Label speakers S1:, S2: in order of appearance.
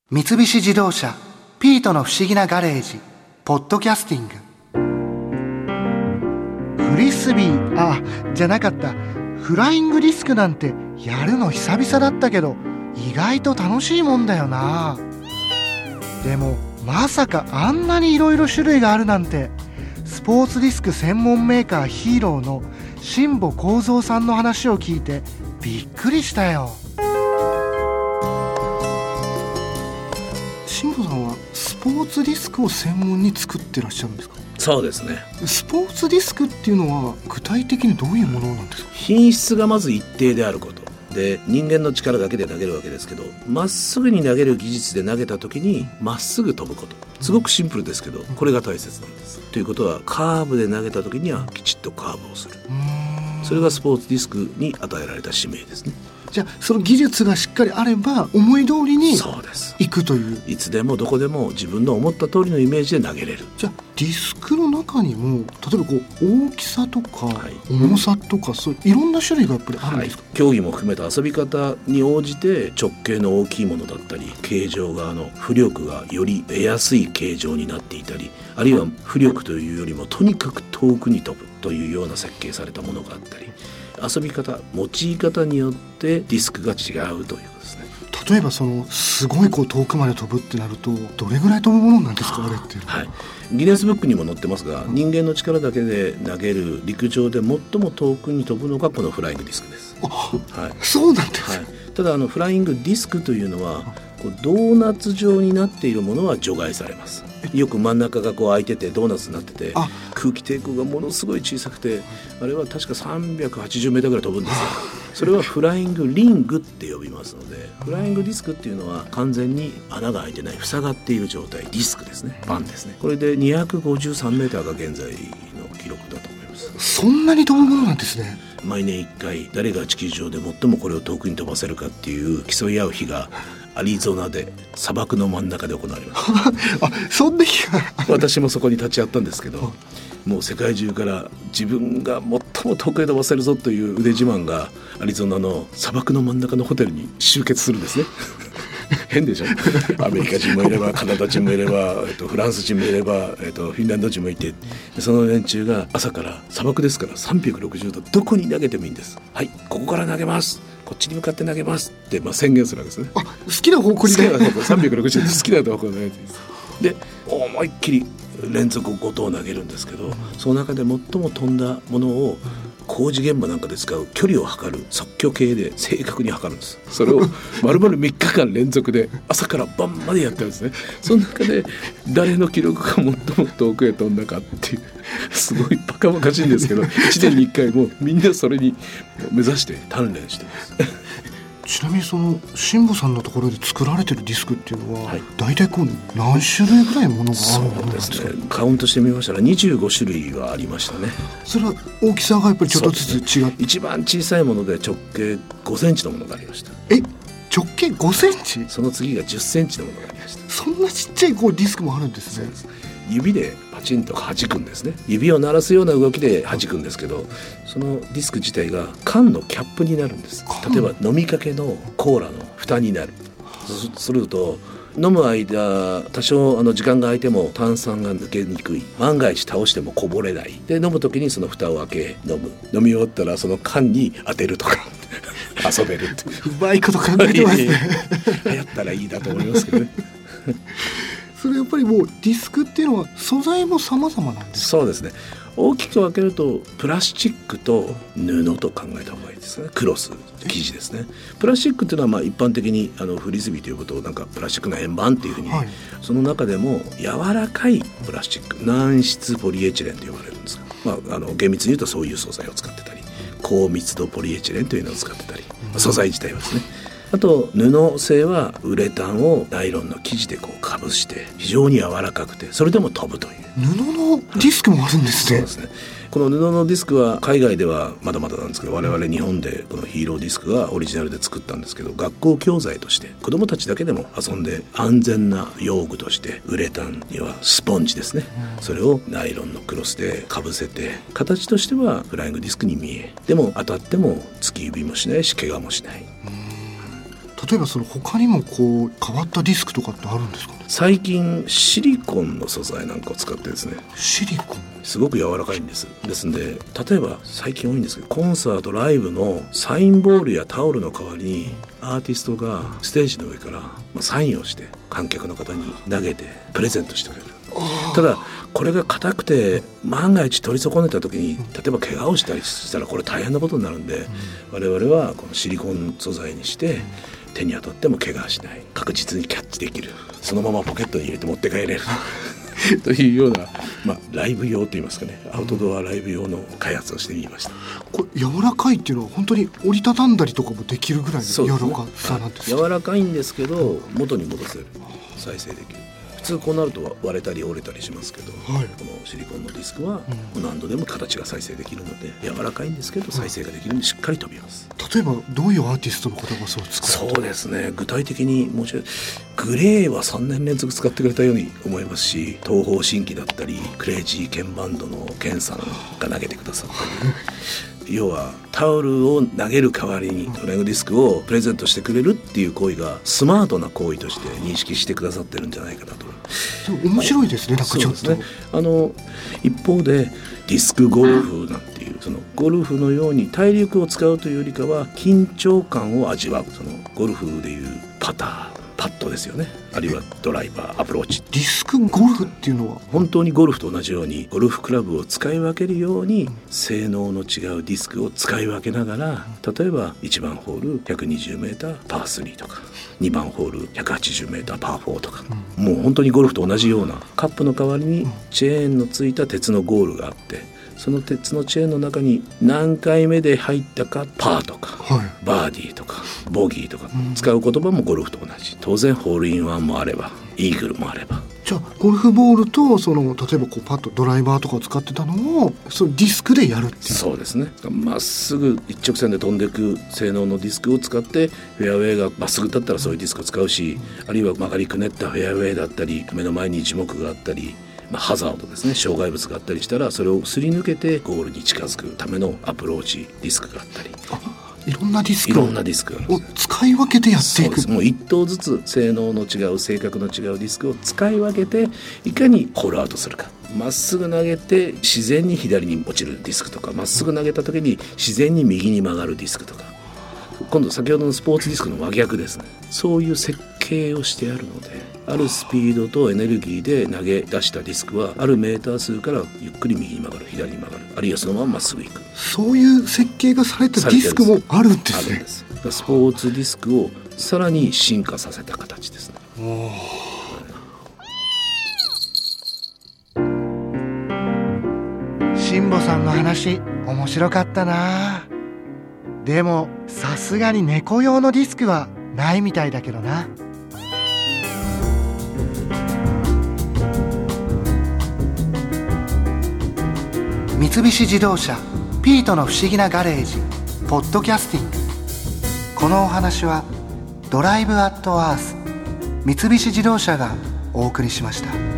S1: 三菱自動車ピートの不思議なガレージポッドキャスティング。フリスビーじゃなかった。フライングディスクなんてやるの久々だったけど意外と楽しいもんだよな。でもまさかあんなにいろいろ種類があるなんて。スポーツディスク専門メーカーヒーローの新保幸三さんの話を聞いてびっくりしたよ。新保さんはスポーツディスクを専門に作ってらっしゃるんですか？
S2: そうですね。
S1: スポーツディスクっていうのは具体的にどういうものなんですか？
S2: 品質がまず一定であることで、人間の力だけで投げるわけですけど、まっすぐに投げる技術で投げた時にまっすぐ飛ぶこと、すごくシンプルですけどこれが大切なんです。ということはカーブで投げた時にはきちっとカーブをする。それがスポーツディスクに与えられた使命ですね。
S1: じゃあその技術がしっかりあれば思い通りにいくという。
S2: いつでもどこでも自分の思った通りのイメージで投げれる。
S1: じゃあディスクの中にも例えば大きさとか重さとか、そういろんな種類がやっぱりあるんですか？
S2: 競技も含めた遊び方に応じて直径の大きいものだったり、形状が浮力がより得やすい形状になっていたり、あるいは浮力というよりもとにかく遠くに飛ぶというような設計されたものがあったり、遊び方、用い方によってディスクが違うということですね。
S1: 例えばすごい遠くまで飛ぶってなるとどれぐらい飛ぶものなんですか？あれって。
S2: ギネスブックにも載ってますが、人間の力だけで投げる陸上で最も遠くに飛ぶのがこのフライングディスクです。
S1: そうなんです、
S2: ただフライングディスクというのはドーナツ状になっているものは除外されます。よく真ん中が開いててドーナツになってて空気抵抗がものすごい小さくて、あれは確か380メーターぐらい飛ぶんですよ。それはフライングリングって呼びますので、フライングディスクっていうのは完全に穴が開いてない、塞がっている状態、ディスクですね、パンですね。これで253メーターが現在の記録だと思います。
S1: そんなに飛ぶものなんですね。
S2: 毎年1回誰が地球上で最もこれを遠くに飛ばせるかっていう競い合う日がアリゾナで砂漠の真ん中で行われます
S1: そんな日が
S2: 私もそこに立ち会ったんですけど、もう世界中から自分が最も遠くへ飛ばせるぞという腕自慢がアリゾナの砂漠の真ん中のホテルに集結するんですね変でしょ。アメリカ人もいればカナダ人もいれば、フランス人もいれば、フィンランド人もいて、その連中が朝から砂漠ですから360度どこに投げてもいいんです。はい、ここから投げます、こっちに向かって投げますって、宣言するわけですね。
S1: 好きな方向に
S2: 好きな方向360度好きな方向に投げていいです。で思いっきり連続5投投げるんですけど、その中で最も飛んだものを工事現場なんかで使う距離を測る測距計で正確に測るんです。それを丸々3日間連続で朝から晩までやってるんですね。その中で誰の記録が最も遠くへ飛んだかっていう、すごいバカバカしいんですけど1年に1回もうみんなそれに目指して鍛錬してます
S1: ちなみに新保さんのところで作られてるディスクっていうのは、大体何種類ぐらいものがあるんですか？
S2: そうですね、カウントしてみましたら25種類はありましたね。
S1: それは大きさがやっぱりちょっとずつ違って、
S2: 一番小さいもので直径5センチのものがありました。
S1: 直径5センチ？
S2: その次が10センチのものがありました。
S1: そんなちっちゃいディスクもあるんですね。
S2: 指でパチンと弾くんですね。指を鳴らすような動きで弾くんですけど、そのディスク自体が缶のキャップになるんです。例えば飲みかけのコーラの蓋になる。そうすると飲む間多少時間が空いても炭酸が抜けにくい、万が一倒してもこぼれない。で飲む時にその蓋を開け飲み終わったらその缶に当てるとか遊べるって
S1: うまいこと考えてますね
S2: 流行ったらいいなと思いますけどね
S1: それやっぱりもうディスクっていうのは素材も様々なんですか？
S2: そうですね、大きく分けるとプラスチックと布と考えた方がいいですね。クロス生地ですね。プラスチックっていうのは一般的にフリスビーということをプラスチックの円盤っていうふうに、その中でも柔らかいプラスチック、軟質ポリエチレンと呼ばれるんですが、厳密に言うとそういう素材を使ってたり、高密度ポリエチレンというのを使ってたり、素材自体はですね。あと布製はウレタンをナイロンの生地でかぶして非常に柔らかくて、それでも飛ぶという
S1: 布のディスクもあるんですね。
S2: そうですね。この布のディスクは海外ではまだまだなんですけど、我々日本でこのヒーローディスクがオリジナルで作ったんですけど、学校教材として子どもたちだけでも遊んで安全な用具としてウレタンにはスポンジですね、それをナイロンのクロスでかぶせて、形としてはフライングディスクに見え、でも当たっても突き指もしないし怪我もしない。
S1: 例えばその他にもこう変わったディスクとかってあるんですかね？
S2: 最近シリコンの素材なんかを使ってですね、
S1: シリコン
S2: すごく柔らかいんです。ですんで例えば最近多いんですけど、コンサートライブのサインボールやタオルの代わりにアーティストがステージの上からサインをして観客の方に投げてプレゼントしてくれる。ただこれが硬くて万が一取り損ねた時に例えば怪我をしたりしたらこれ大変なことになるんで、我々はこのシリコン素材にして手に当たっても怪我しない、確実にキャッチできる、そのままポケットに入れて持って帰れるというような、ライブ用といいますかね、アウトドアライブ用の開発をしてみました。
S1: これ柔らかいっていうのは本当に折りたたんだりとかもできるぐらいの柔らかさなんですか？
S2: 柔らかいんですけど元に戻せる、再生できる。普通こうなると割れたり折れたりしますけど、このシリコンのディスクは何度でも形が再生できるので、柔らかいんですけど再生ができるのでしっかり飛びます。
S1: 例えばどういうアーティストの方がそう使う？
S2: そうですね、具体的にもちろんグレーは3年連続使ってくれたように思いますし、東方神起だったりクレイジーケンバンドのケンさんが投げてくださったり要はタオルを投げる代わりにドライブディスクをプレゼントしてくれるっていう行為がスマートな行為として認識してくださってるんじゃないかなと。
S1: 面白いですね。なんかちょっと
S2: そうですね、一方でディスクゴルフなんていうそのゴルフのように体力を使うというよりかは緊張感を味わう、そのゴルフでいうパットですよね、あるいはドライバーアプローチ。
S1: ディスクゴルフっていうのは
S2: 本当にゴルフと同じようにゴルフクラブを使い分けるように性能の違うディスクを使い分けながら、例えば1番ホール 120m パー3とか2番ホール 180m パー4とか、もう本当にゴルフと同じようなカップの代わりにチェーンのついた鉄のゴールがあって、その鉄のチェーンの中に何回目で入ったかパーとか、バーディーとかボギーとか使う言葉もゴルフと同じ。当然ホールインワンもあればイーグルもあれば。
S1: じゃあゴルフボールとその例えばこうパッとドライバーとかを使ってたのをそのディスクでやるっていう。
S2: そうですね、まっすぐ一直線で飛んでいく性能のディスクを使ってフェアウェイがまっすぐだったらそういうディスクを使うし、あるいは曲がりくねったフェアウェイだったり目の前に樹木があったり、ハザードですね、障害物があったりしたらそれをすり抜けてゴールに近づくためのアプローチディスクがあったり、
S1: いろんなディスクを使い分けてやっていく。
S2: そうです、もう一頭ずつ性能の違う性格の違うディスクを使い分けていかにホールアウトするか。まっすぐ投げて自然に左に落ちるディスクとか、まっすぐ投げた時に自然に右に曲がるディスクとか、今度先ほどのスポーツディスクの真逆ですね。そういう設計をしてあるので、あるスピードとエネルギーで投げ出したディスクはあるメーター数からゆっくり右に曲がる、左に曲がる、あるいはそのまままっすぐ行く。
S1: そういう設計がされたディスクもあるんですね。
S2: あるんです。スポーツディスクをさらに進化させた形ですね。
S1: 辛坊さんの話面白かったな。でもさすがに猫用のディスクはないみたいだけどな。三菱自動車ピートの不思議なガレージポッドキャスティング。このお話はドライブアットアース三菱自動車がお送りしました。